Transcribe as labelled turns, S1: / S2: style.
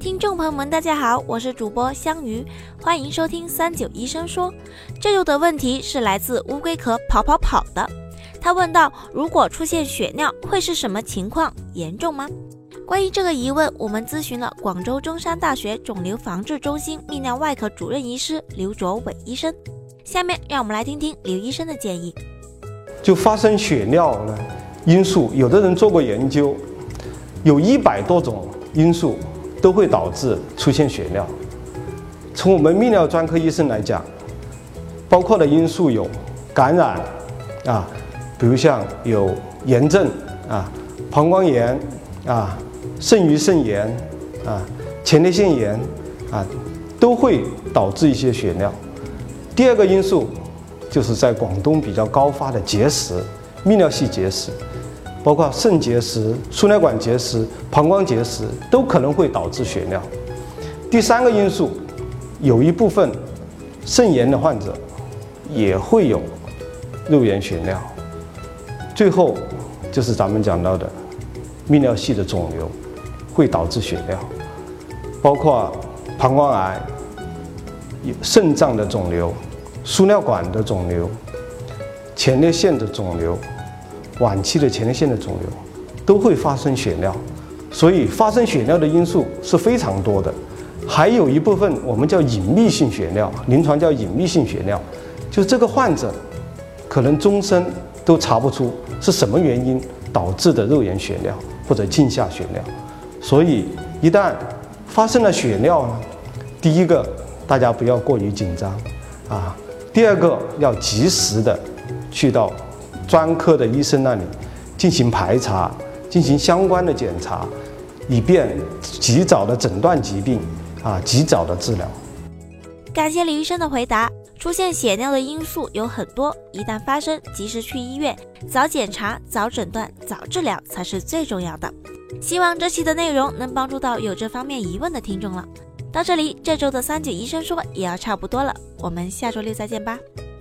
S1: 听众朋友们，大家好，我是主播香鱼，欢迎收听39医生说。这周的问题是来自乌龟壳跑的，他问到：如果出现血尿会是什么情况？严重吗？关于这个疑问，我们咨询了广州中山大学肿瘤防治中心泌尿外科主任医师刘卓伟医生。下面让我们来听听刘医生的建议。
S2: 就发生血尿呢，因素有的人做过研究，有100多种因素都会导致出现血尿。从我们泌尿专科医生来讲，包括的因素有感染比如像有炎症膀胱炎肾盂肾炎前列腺炎都会导致一些血尿。第二个因素就是在广东比较高发的结石，泌尿系结石，包括肾结石、输尿管结石、膀胱结石都可能会导致血尿。第三个因素，有一部分肾炎的患者也会有肉眼血尿。最后就是咱们讲到的泌尿系的肿瘤会导致血尿，包括膀胱癌、肾脏的肿瘤、输尿管的肿瘤、前列腺的肿瘤、晚期的前列腺的肿瘤都会发生血尿。所以发生血尿的因素是非常多的。还有一部分我们叫隐秘性血尿，临床叫隐秘性血尿，就是这个患者可能终身都查不出是什么原因导致的肉眼血尿或者镜下血尿。所以一旦发生了血尿呢，第一个大家不要过于紧张第二个要及时的去到专科的医生那里进行排查，进行相关的检查，以便及早的诊断疾病及早的治疗。
S1: 感谢李医生的回答。出现血尿的因素有很多，一旦发生及时去医院，早检查、早诊断、早治疗才是最重要的。希望这期的内容能帮助到有这方面疑问的听众了。到这里，这周的39医生说也要差不多了，我们下周六再见吧。